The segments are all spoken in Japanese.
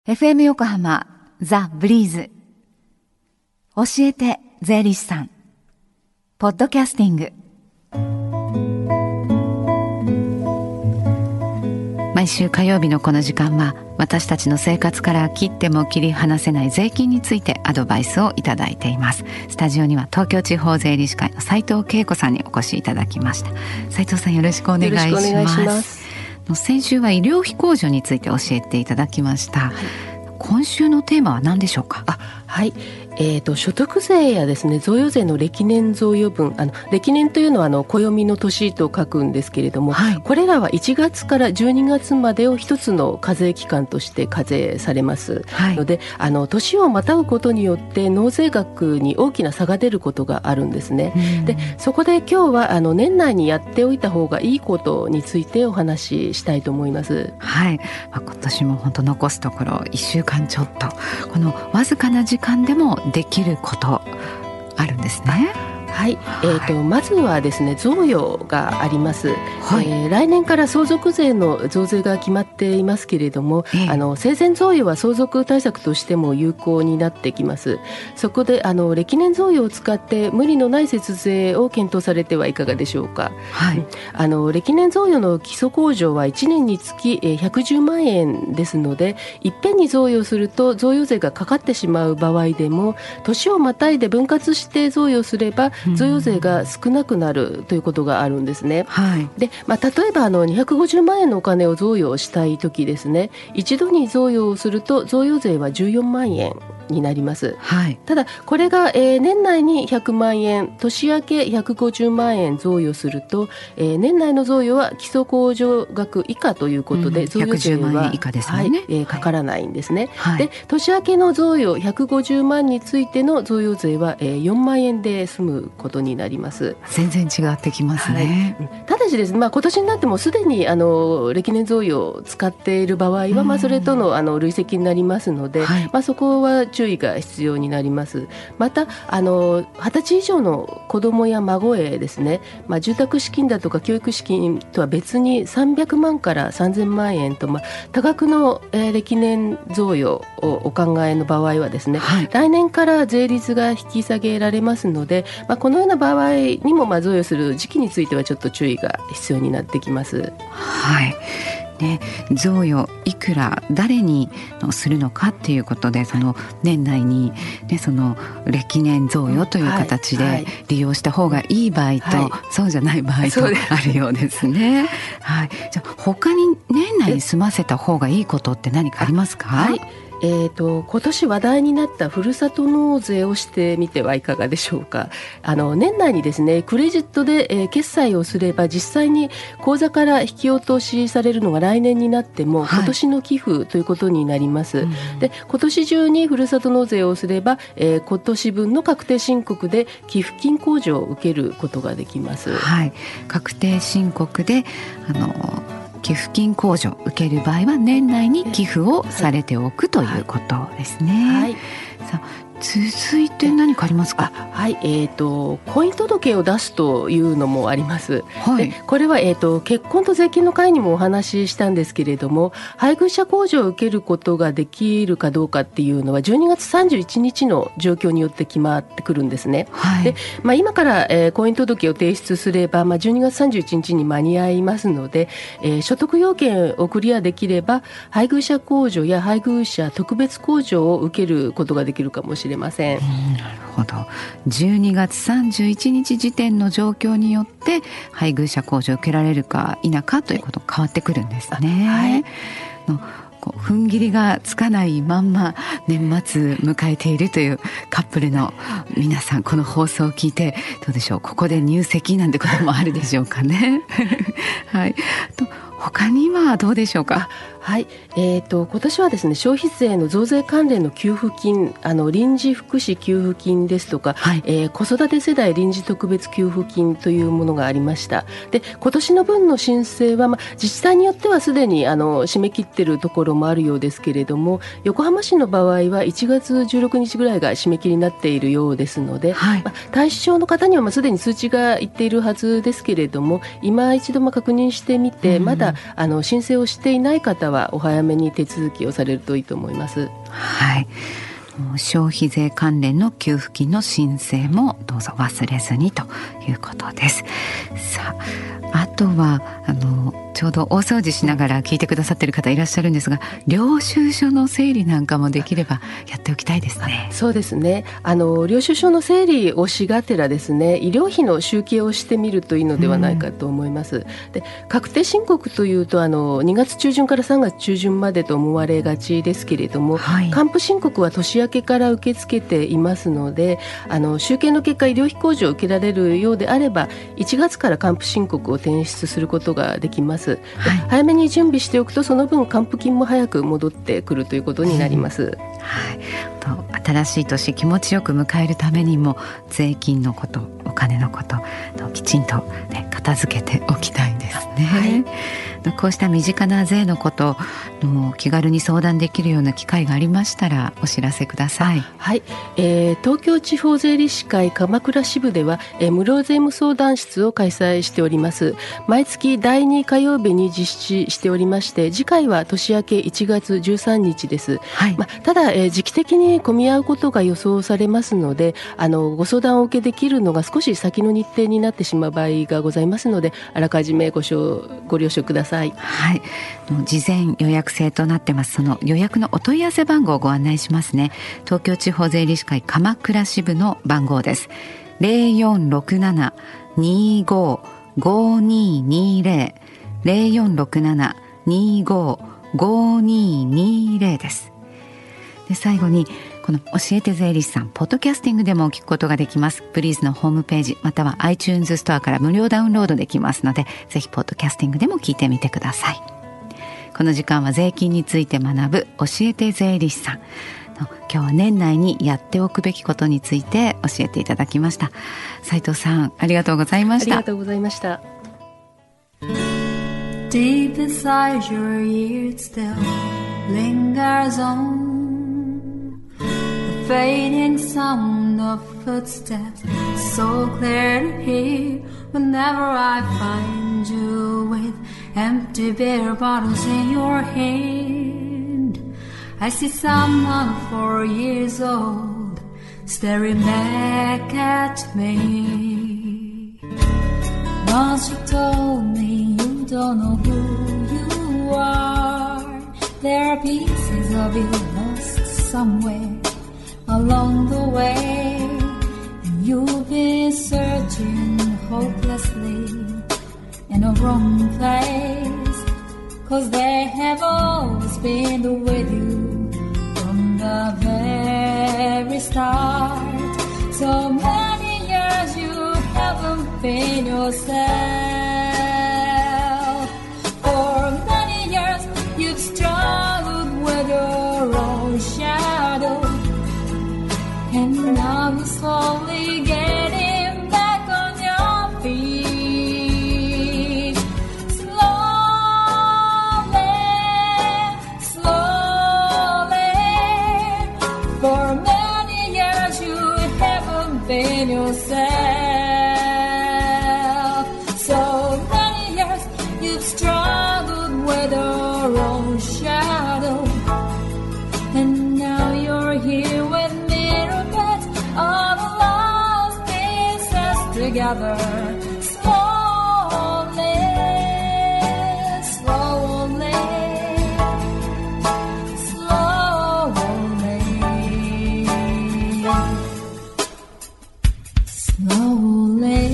FM 横浜ザ・ブリーズ教えて税理士さんポッドキャスティング、毎週火曜日のこの時間は私たちの生活から切っても切り離せない税金についてアドバイスをいただいています。スタジオには東京地方税理士会の斉藤恵子さんにお越しいただきました。斉藤さん、よろしくお願いします。 よろしくお願いします。 先週は医療費控除について教えていただきました、今週のテーマは何でしょうか？ はい、所得税やですね、贈与税の歴年贈与分、歴年というのは暦の年と書くんですけれども、これらは1月から12月までを一つの課税期間として課税されますので、年をまたぐことによって納税額に大きな差が出ることがあるんですね。で、そこで今日は年内にやっておいた方がいいことについてお話ししたいと思います。 今年も本当残すところ1週間ちょっと、このわずかな時間でもできることあるんですね。 まずはですね、贈与があります、来年から相続税の増税が決まっていますけれども、生前贈与は相続対策としても有効になってきます。そこで歴年贈与を使って無理のない節税を検討されてはいかがでしょうか。歴年贈与の基礎控除は1年につき110万円ですので、いっぺんに贈与すると贈与税がかかってしまう場合でも、年をまたいで分割して贈与すれば贈与税が少なくなるということがあるんですね。で、例えば250万円のお金を贈与したいときですね、一度に贈与をすると贈与税は14万円になります。ただこれが、年内に100万円、年明け150万円贈与すると、年内の贈与は基礎控除額以下ということで、贈与税は 110万円以下ですもんね。 かからないんですね。で、年明けの贈与150万についての贈与税は、4万円で済むことになります。 全然違ってきますね。 ただしですね、今年になってもすでに歴年贈与を使っている場合は、それとの累積になりますので、そこは注意が必要になります。また20歳以上の子どもや孫へですね、住宅資金だとか教育資金とは別に300万から3000万円と、多額の、歴年贈与をお考えの場合はですね、来年から税率が引き下げられますので、このような場合にも贈与する時期についてはちょっと注意が必要になってきます。 贈与いくら誰にするのかっていうことで、その年内に、その歴年贈与という形で利用した方がいい場合と、そうじゃない場合とあるようですね。じゃあ他に年内に済ませた方がいいことって何かありますか？ 今年話題になったふるさと納税をしてみてはいかがでしょうか。年内にですね、クレジットで、決済をすれば実際に口座から引き落としされるのが来年になっても今年の寄付ということになります。で、今年中にふるさと納税をすれば、今年分の確定申告で寄付金控除を受けることができます。 確定申告で寄付金控除を受ける場合は年内に寄付をされておくということですね。さあ、続いて何かありますか？ 婚姻届を出すというのもあります。で、これは、結婚と税金の会にもお話ししたんですけれども、配偶者控除を受けることができるかどうかっていうのは12月31日の状況によって決まってくるんですね。で、今から、婚姻届を提出すれば、12月31日に間に合いますので、所得要件をクリアできれば配偶者控除や配偶者特別控除を受けることができるかもしれません。 なるほど。12月31日時点の状況によって配偶者控除を受けられるか否かということが変わってくるんですね。踏ん切りがつかないまんま年末迎えているというカップルの皆さん、この放送を聞いてどうでしょう、ここで入籍なんてこともあるでしょうかね。他にはどうでしょうか？ 今年はですね、消費税の増税関連の給付金、臨時福祉給付金ですとか、子育て世代臨時特別給付金というものがありました。で、今年の分の申請は、自治体によってはすでに締め切っているところもあるようですけれども、横浜市の場合は1月16日ぐらいが締め切りになっているようですので、対象の方にはすでに通知がいっているはずですけれども、今一度確認してみて、まだ申請をしていない方はお早めに手続きをされるといいと思います。 はい、消費税関連の給付金の申請もどうぞ忘れずにということです。さあ、あとはちょうど大掃除しながら聞いてくださっている方いらっしゃるんですが、領収書の整理なんかもできればやっておきたいですね。 そうですね、領収書の整理をしがてらですね、医療費の集計をしてみるといいのではないかと思います。で、確定申告というと2月中旬から3月中旬までと思われがちですけれども、はい、還付申告は年明けから受け付けていますので、集計の結果医療費控除を受けられるようであれば1月から還付申告を提出することができます。はい、早めに準備しておくとその分還付金も早く戻ってくるということになります。 はい、新しい年気持ちよく迎えるためにも税金のこと、お金のこときちんと、ね、片付けておきたいですね。はい、こうした身近な税のこと気軽に相談できるような機会がありましたらお知らせください。 はい、東京地方税理士会鎌倉支部では、無料税務相談室を開催しております。毎月第2火曜日に実施しておりまして、次回は年明け1月13日です。はい、ただ、時期的に混み合うことが予想されますので、ご相談をお受けできるのが少し先の日程になってしまう場合がございますので、あらかじめご了承ください。 はい、事前予約制となってます。その予約のお問い合わせ番号をご案内しますね。東京地方税理士会鎌倉支部の番号です。 0467-25-5220 0467-25-5220 です。で、最後にこの教えて税理士さんポッドキャスティングでも聞くことができます。ブリーズのホームページまたは iTunes ストアから無料ダウンロードできますので、ぜひポッドキャスティングでも聞いてみてください。この時間は税金について学ぶ教えて税理士さん、今日は年内にやっておくべきことについて教えていただきました。斉藤さん、ありがとうございました。 ありがとうございました。 Deep inside your ears still lingers on the fading sound of footsteps, so clear to hear whenever I find you with empty beer bottles in your hand. I see someone 4 years old staring back at me. Once you told me you don't know who you are. There are pieces of you lost somewhere along the way, and you've been searching hopelessly in a wrong place, 'cause they have always been with you from the very start. So many years you haven't been yourself. For many years you've struggled with your own shadow, and now you're slowly getting back on your feet. Slowly, slowly. For many years you haven't been yourself. So many years you've struggled with your own shadow, and now you're here with me, all the lost pieces together. Slowly, slowly, slowly, slowly.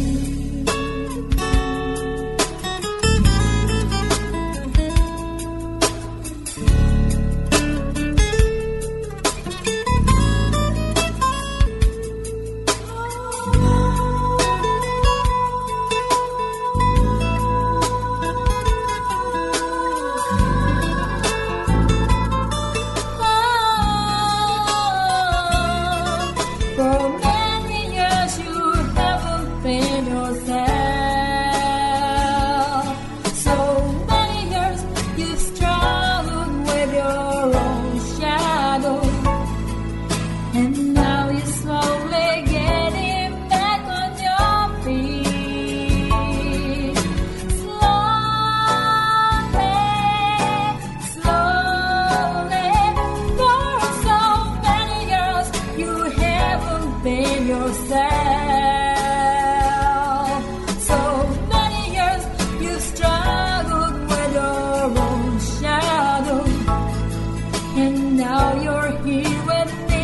Now you're here with me.